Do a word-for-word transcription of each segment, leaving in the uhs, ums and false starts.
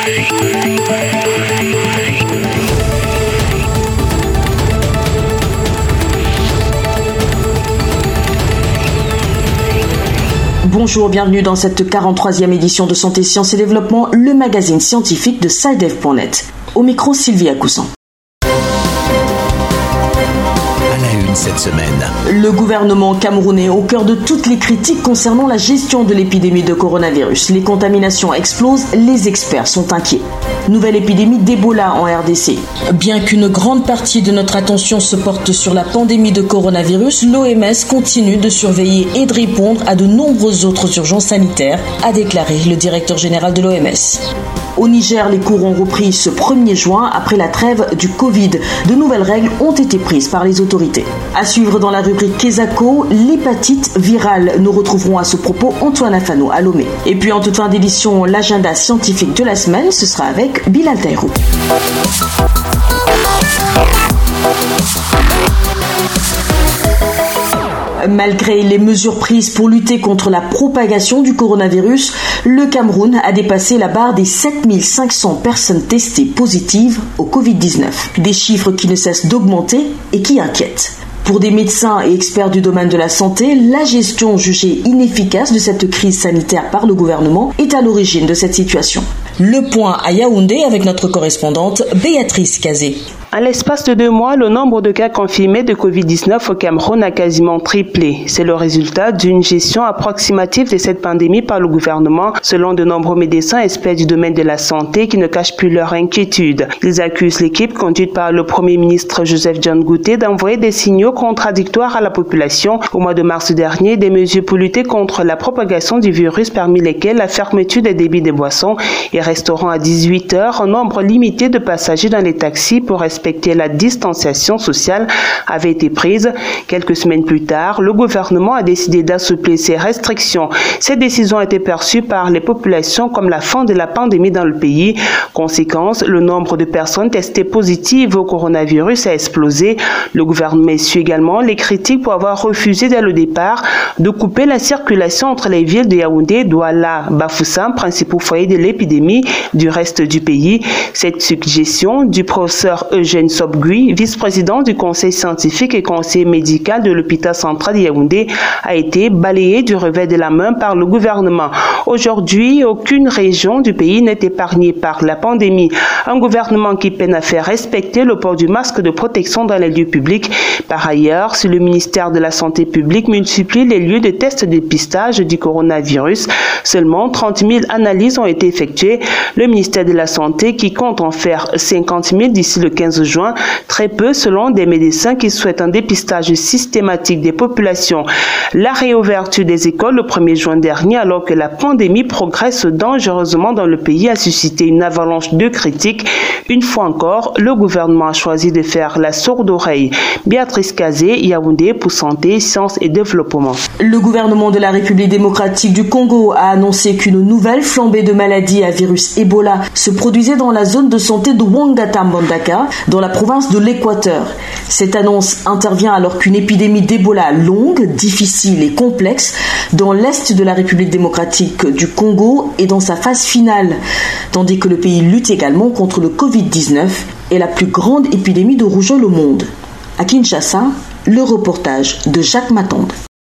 Bonjour, bienvenue dans cette quarante-troisième édition de Santé, Sciences et Développement, le magazine scientifique de SciDev point net. Au micro, Sylvie Accoussan. Cette semaine. Le gouvernement camerounais au cœur de toutes les critiques concernant la gestion de l'épidémie de coronavirus. Les contaminations explosent, les experts sont inquiets. Nouvelle épidémie d'Ebola en R D C. Bien qu'une grande partie de notre attention se porte sur la pandémie de coronavirus, l'O M S continue de surveiller et de répondre à de nombreuses autres urgences sanitaires, a déclaré le directeur général de l'O M S. Au Niger, les cours ont repris ce premier juin après la trêve du Covid. De nouvelles règles ont été prises par les autorités. À suivre dans la rubrique Kesako, l'hépatite virale. Nous retrouverons à ce propos Antoine Afano à Lomé. Et puis en toute fin d'édition, l'agenda scientifique de la semaine, ce sera avec Bilal Taïrou. Malgré les mesures prises pour lutter contre la propagation du coronavirus, le Cameroun a dépassé la barre des sept mille cinq cents personnes testées positives au covid dix-neuf. Des chiffres qui ne cessent d'augmenter et qui inquiètent. Pour des médecins et experts du domaine de la santé, la gestion jugée inefficace de cette crise sanitaire par le gouvernement est à l'origine de cette situation. Le point à Yaoundé avec notre correspondante Béatrice Kazé. En l'espace de deux mois, le nombre de cas confirmés de covid dix-neuf au Cameroun a quasiment triplé. C'est le résultat d'une gestion approximative de cette pandémie par le gouvernement, selon de nombreux médecins experts du domaine de la santé qui ne cachent plus leur inquiétude. Ils accusent l'équipe conduite par le Premier ministre Joseph John Gouté d'envoyer des signaux contradictoires à la population. Au mois de mars dernier, des mesures pour lutter contre la propagation du virus, parmi lesquelles la fermeture des débits de boissons et restaurants à dix-huit heures, un nombre limité de passagers dans les taxis pour respecter la distanciation sociale avait été prise. Quelques semaines plus tard, le gouvernement a décidé d'assouplir ces restrictions. Cette décision a été perçue par les populations comme la fin de la pandémie dans le pays. Conséquence, le nombre de personnes testées positives au coronavirus a explosé. Le gouvernement essuie également les critiques pour avoir refusé dès le départ de couper la circulation entre les villes de Yaoundé, Douala, Bafoussam, principaux foyers de l'épidémie du reste du pays. Cette suggestion du professeur Eugène Sobgui, vice-président du conseil scientifique et conseiller médical de l'hôpital central de Yaoundé, a été balayée du revers de la main par le gouvernement. Aujourd'hui, aucune région du pays n'est épargnée par la pandémie. Un gouvernement qui peine à faire respecter le port du masque de protection dans les lieux publics. Par ailleurs, si le ministère de la Santé publique multiplie les lieux de tests de dépistage du coronavirus, seulement trente mille analyses ont été effectuées. Le ministère de la Santé, qui compte en faire cinquante mille d'ici le quinze juin, très peu selon des médecins qui souhaitent un dépistage systématique des populations. La réouverture des écoles le premier juin dernier, alors que la pandémie progresse dangereusement dans le pays, a suscité une avalanche de critiques. Une fois encore, le gouvernement a choisi de faire la sourde oreille. Béatrice Kazé, Yaoundé pour Santé, Sciences et Développement. Le gouvernement de la République démocratique du Congo a annoncé qu'une nouvelle flambée de maladies à virus Ebola se produisait dans la zone de santé de Ouangata-Mbandaka, dans la province de l'Équateur. Cette annonce intervient alors qu'une épidémie d'Ebola longue, difficile et complexe dans l'est de la République démocratique du Congo est dans sa phase finale, tandis que le pays lutte également contre le covid dix-neuf et la plus grande épidémie de rougeole au monde. À Kinshasa, le reportage de Jacques Matonde.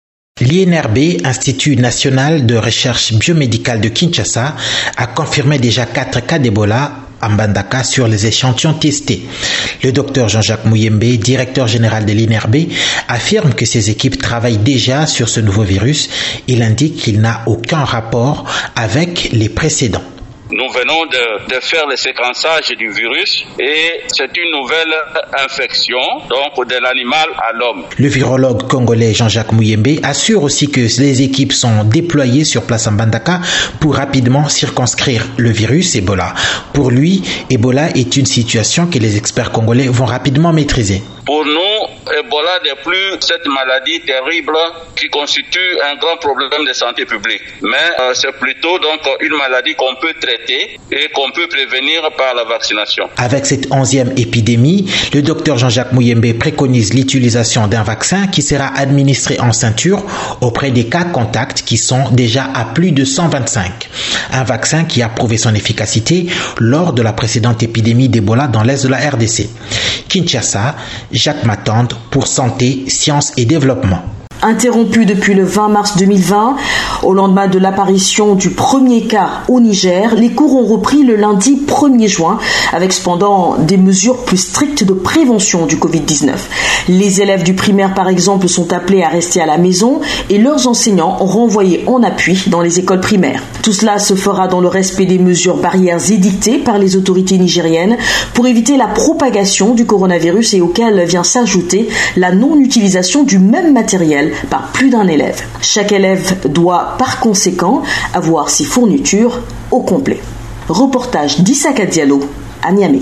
L'I N R B, Institut national de recherche biomédicale de Kinshasa, a confirmé déjà quatre cas d'Ebola à Mbandaka sur les échantillons testés. Le docteur Jean-Jacques Mouyembe, directeur général de l'I N R B, affirme que ses équipes travaillent déjà sur ce nouveau virus. Il indique qu'il n'a aucun rapport avec les précédents. Nous venons de, de faire le séquençage du virus et c'est une nouvelle infection, donc de l'animal à l'homme. Le virologue congolais Jean-Jacques Mouyembe assure aussi que les équipes sont déployées sur place en Mbandaka pour rapidement circonscrire le virus Ebola. Pour lui, Ebola est une situation que les experts congolais vont rapidement maîtriser. Pour nous, Ebola n'est plus cette maladie terrible qui constitue un grand problème de santé publique. Mais euh, c'est plutôt donc une maladie qu'on peut traiter et qu'on peut prévenir par la vaccination. Avec cette onzième épidémie, le docteur Jean-Jacques Mouyembe préconise l'utilisation d'un vaccin qui sera administré en ceinture auprès des cas contacts qui sont déjà à plus de cent vingt-cinq. Un vaccin qui a prouvé son efficacité lors de la précédente épidémie d'Ebola dans l'est de la R D C. Kinshasa, Jacques Matande pour Santé, Sciences et Développement. Interrompu depuis le vingt mars deux mille vingt, au lendemain de l'apparition du premier cas au Niger, les cours ont repris le lundi premier juin, avec cependant des mesures plus strictes de prévention du covid dix-neuf. Les élèves du primaire, par exemple, sont appelés à rester à la maison et leurs enseignants renvoyés en appui dans les écoles primaires. Tout cela se fera dans le respect des mesures barrières édictées par les autorités nigériennes pour éviter la propagation du coronavirus et auquel vient s'ajouter la non-utilisation du même matériel par plus d'un élève. Chaque élève doit par conséquent avoir ses fournitures au complet. Reportage d'Issaka Diallo à Niamey.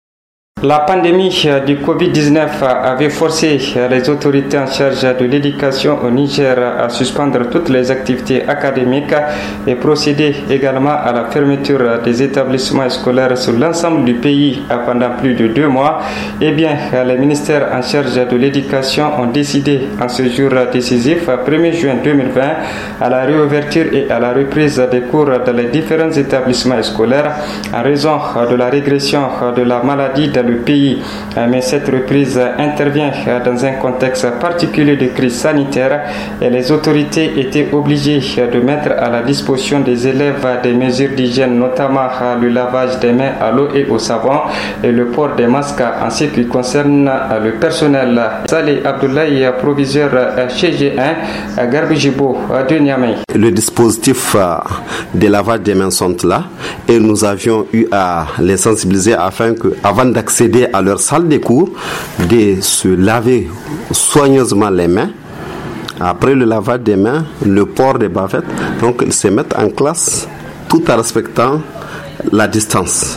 La pandémie du covid dix-neuf avait forcé les autorités en charge de l'éducation au Niger à suspendre toutes les activités académiques et procéder également à la fermeture des établissements scolaires sur l'ensemble du pays pendant plus de deux mois. Eh bien, les ministères en charge de l'éducation ont décidé en ce jour décisif, premier juin deux mille vingt, à la réouverture et à la reprise des cours dans les différents établissements scolaires en raison de la régression de la maladie dans le pays. Mais cette reprise intervient dans un contexte particulier de crise sanitaire et les autorités étaient obligées de mettre à la disposition des élèves des mesures d'hygiène, notamment le lavage des mains à l'eau et au savon et le port des masques en ce qui concerne le personnel. Saleh Abdoulaye, proviseur chez G un, Garbijibo de Niamey. Le dispositif de lavage des mains sont là et nous avions eu à les sensibiliser afin que, avant d'accéder à leur salle de cours, de se laver soigneusement les mains. Après le lavage des mains, le port des bavettes, donc ils se mettent en classe tout en respectant la distance.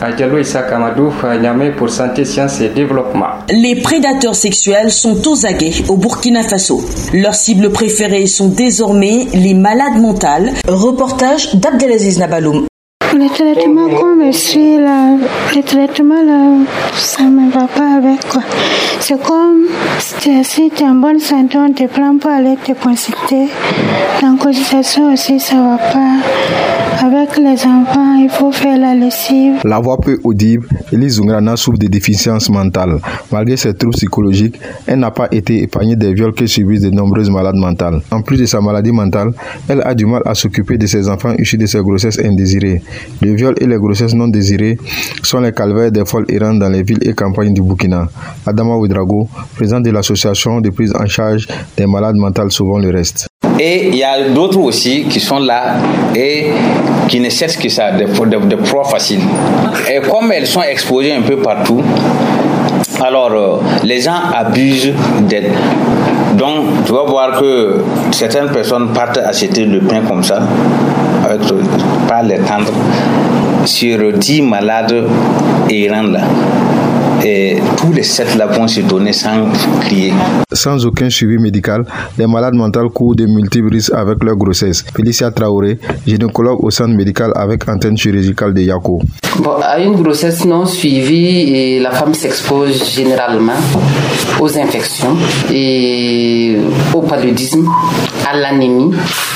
Pour Santé, Sciences et Développement. Les prédateurs sexuels sont aux aguets au Burkina Faso. Leurs cibles préférées sont désormais les malades mentales. Reportage d'Abdelaziz Nabaloum. Le traitement qu'on me suit là, le traitement là, ça ne va pas avec quoi. C'est comme si tu es en bonne santé, on te prend pour aller te consulter. Dans la consultation aussi, ça ne va pas. Avec les enfants, il faut faire la lessive. La voix peu audible, Elise Zungrana souffre de déficience mentale. Malgré ses troubles psychologiques, elle n'a pas été épargnée des viols que subissent de nombreuses malades mentales. En plus de sa maladie mentale, elle a du mal à s'occuper de ses enfants issus de ses grossesses indésirées. Le viol et les grossesses non désirées sont les calvaires des folles errantes dans les villes et campagnes du Burkina. Adama Ouedraogo, président de l'association de prise en charge des malades mentales, souvent le reste. Et il y a d'autres aussi qui sont là et qui ne cherchent que ça, des, des, des proies faciles. Et comme elles sont exposées un peu partout, alors euh, les gens abusent d'aide. Donc tu vas voir que certaines personnes partent acheter le pain comme ça, avec, par les tendre, sur dix malades errants là. Et tous les sept là vont se donner sans crier. Sans aucun suivi médical, les malades mentales courent de multiples risques avec leur grossesse. Félicia Traoré, gynécologue au centre médical avec antenne chirurgicale de Yako. Bon, à une grossesse non suivie, et la femme s'expose généralement aux infections et au paludisme, à l'anémie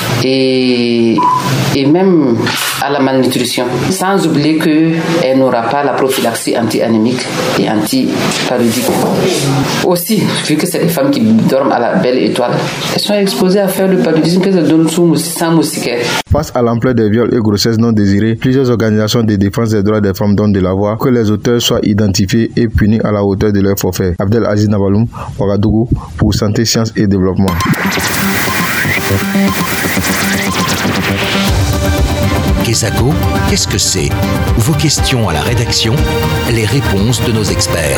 et, et même à la malnutrition. Sans oublier qu'elle n'aura pas la prophylaxie anti-anémique et anti-paludique. Aussi, vu que c'est des femmes qui dorment à la belle étoile, elles sont exposées à faire le paludisme que ça donne sans moustiquaire. Face à l'ampleur des viols et grossesses non désirées, plusieurs organisations de défense des droits des femmes donnent de la voix que les auteurs soient identifiés et punis à la hauteur de leur forfait. Abdelaziz Nabaloum, Ouagadougou, pour Santé, Sciences et Développement. Kesako, qu'est-ce que c'est? Vos questions à la rédaction, les réponses de nos experts.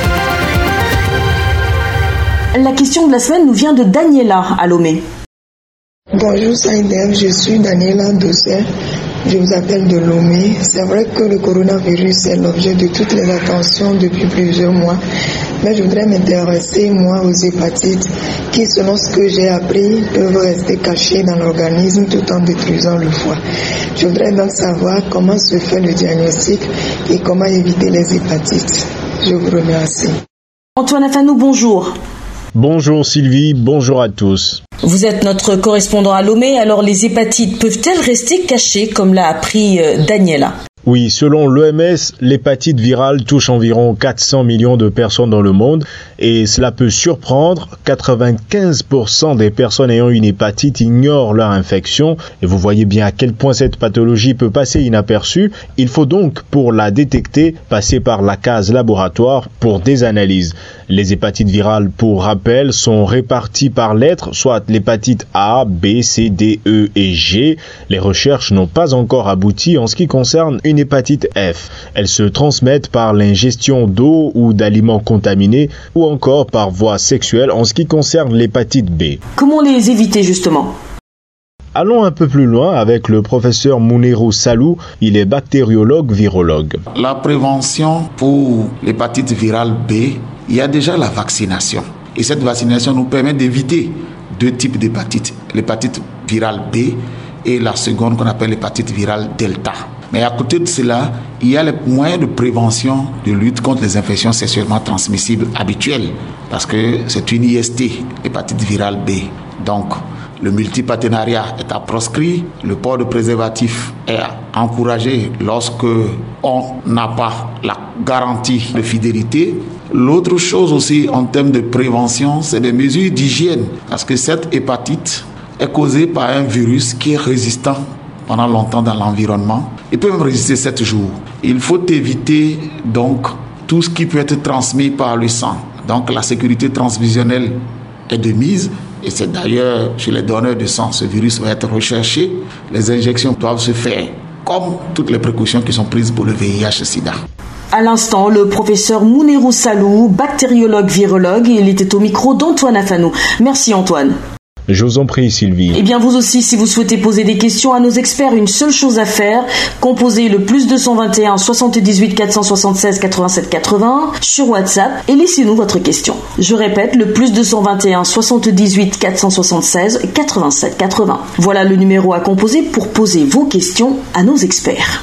La question de la semaine nous vient de Daniela à Lomé. Bonjour Saïdem, je suis Daniela Dossé, je vous appelle de Lomé. C'est vrai que le coronavirus est l'objet de toutes les attentions depuis plusieurs mois, Mais je voudrais m'intéresser, moi, aux hépatites qui, selon ce que j'ai appris, peuvent rester cachées dans l'organisme tout en détruisant le foie. Je voudrais donc savoir comment se fait le diagnostic et comment éviter les hépatites. Je vous remercie. Antoine Afanou, bonjour. Bonjour Sylvie, bonjour à tous. Vous êtes notre correspondant à Lomé, alors les hépatites peuvent-elles rester cachées comme l'a appris Daniela ? Oui, selon l'O M S, l'hépatite virale touche environ quatre cents millions de personnes dans le monde et cela peut surprendre. quatre-vingt-quinze pour cent des personnes ayant une hépatite ignorent leur infection et vous voyez bien à quel point cette pathologie peut passer inaperçue. Il faut donc, pour la détecter, passer par la case laboratoire pour des analyses. Les hépatites virales, pour rappel, sont réparties par lettres, soit l'hépatite A, B, C, D, E et G. Les recherches n'ont pas encore abouti en ce qui concerne une hépatite F. Elles se transmettent par l'ingestion d'eau ou d'aliments contaminés ou encore par voie sexuelle en ce qui concerne l'hépatite B. Comment les éviter justement ? Allons un peu plus loin avec le professeur Mounirou Salou, il est bactériologue virologue. La prévention pour l'hépatite virale B, il y a déjà la vaccination. Et cette vaccination nous permet d'éviter deux types d'hépatite. L'hépatite virale B et la seconde qu'on appelle l'hépatite virale delta. Mais à côté de cela, il y a les moyens de prévention, de lutte contre les infections sexuellement transmissibles habituelles. Parce que c'est une I S T, l'hépatite virale B. Donc, le multipartenariat est à proscrit, le port de préservatif est encouragé lorsque on n'a pas la garantie de fidélité. L'autre chose aussi en termes de prévention, c'est des mesures d'hygiène. Parce que cette hépatite est causée par un virus qui est résistant pendant longtemps dans l'environnement. Il peut même résister sept jours. Il faut éviter donc tout ce qui peut être transmis par le sang. Donc la sécurité transmissionnelle est de mise. Et c'est d'ailleurs chez les donneurs de sang, ce virus va être recherché. Les injections doivent se faire comme toutes les précautions qui sont prises pour le V I H sida. À l'instant, le professeur Mounirou Salou, bactériologue virologue, il était au micro d'Antoine Afanou. Merci Antoine. Je vous en prie Sylvie. Et bien vous aussi, si vous souhaitez poser des questions à nos experts, une seule chose à faire, composez le plus deux cent vingt et un soixante-dix-huit quatre cent soixante-seize quatre-vingt-sept quatre-vingt-un sur WhatsApp et laissez-nous votre question. Je répète, le plus deux cent vingt et un soixante-dix-huit quatre cent soixante-seize quatre-vingt-sept quatre-vingts. Voilà le numéro à composer pour poser vos questions à nos experts.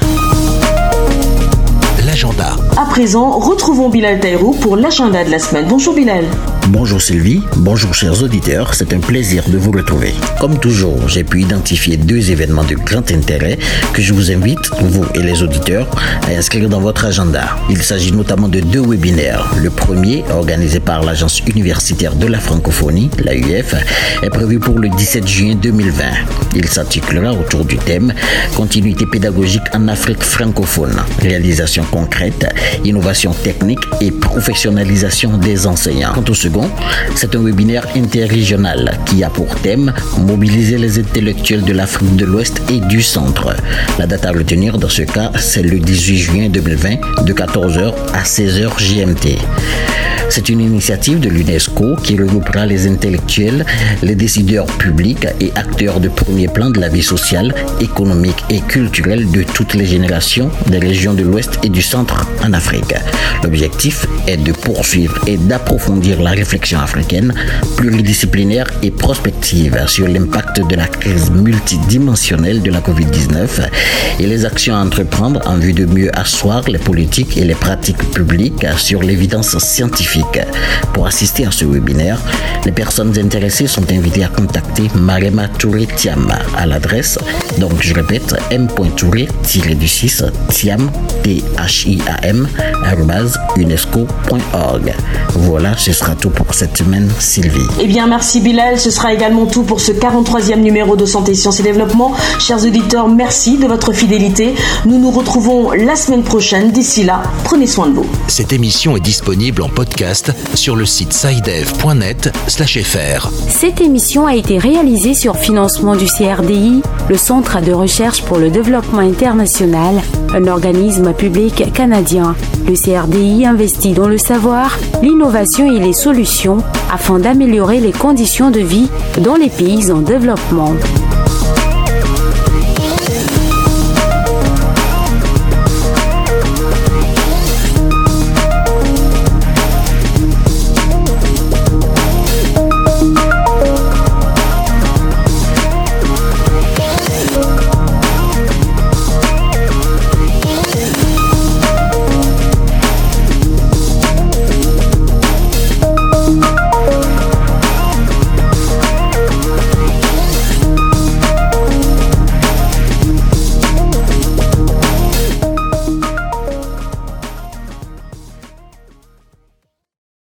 L'agenda. À présent, retrouvons Bilal Taïrou pour l'agenda de la semaine. Bonjour Bilal. Bonjour Sylvie, bonjour chers auditeurs, c'est un plaisir de vous retrouver. Comme toujours, j'ai pu identifier deux événements de grand intérêt que je vous invite, vous et les auditeurs, à inscrire dans votre agenda. Il s'agit notamment de deux webinaires. Le premier, organisé par l'Agence universitaire de la francophonie, l'A U F, est prévu pour le dix-sept juin deux mille vingt. Il s'articulera autour du thème « Continuité pédagogique en Afrique francophone, réalisation concrète, innovation technique et professionnalisation des enseignants ». Quant au second, c'est un webinaire interrégional qui a pour thème mobiliser les intellectuels de l'Afrique de l'Ouest et du Centre. La date à retenir dans ce cas, c'est le dix-huit juin deux mille vingt de quatorze heures à seize heures G M T. C'est une initiative de l'UNESCO qui regroupera les intellectuels, les décideurs publics et acteurs de premier plan de la vie sociale, économique et culturelle de toutes les générations des régions de l'Ouest et du Centre en Afrique. L'objectif est de poursuivre et d'approfondir la réflexion africaine, pluridisciplinaire et prospective sur l'impact de la crise multidimensionnelle de la covid dix-neuf et les actions à entreprendre en vue de mieux asseoir les politiques et les pratiques publiques sur l'évidence scientifique. Pour assister à ce webinaire, les personnes intéressées sont invitées à contacter Marema Touré Thiam à l'adresse, donc je répète, m point touré du six Thiam, T H I A M, arobase unesco point org. Voilà, ce sera tout pour cette semaine, Sylvie. Eh bien, merci Bilal. Ce sera également tout pour ce quarante-troisième numéro de Santé, Sciences et Développement. Chers auditeurs, merci de votre fidélité. Nous nous retrouvons la semaine prochaine. D'ici là, prenez soin de vous. Cette émission est disponible en podcast sur le site scidev point net slash f r. Cette émission a été réalisée sur financement du C R D I, le Centre de recherche pour le développement international, un organisme public canadien. Le C R D I investit dans le savoir, l'innovation et les solutions afin d'améliorer les conditions de vie dans les pays en développement.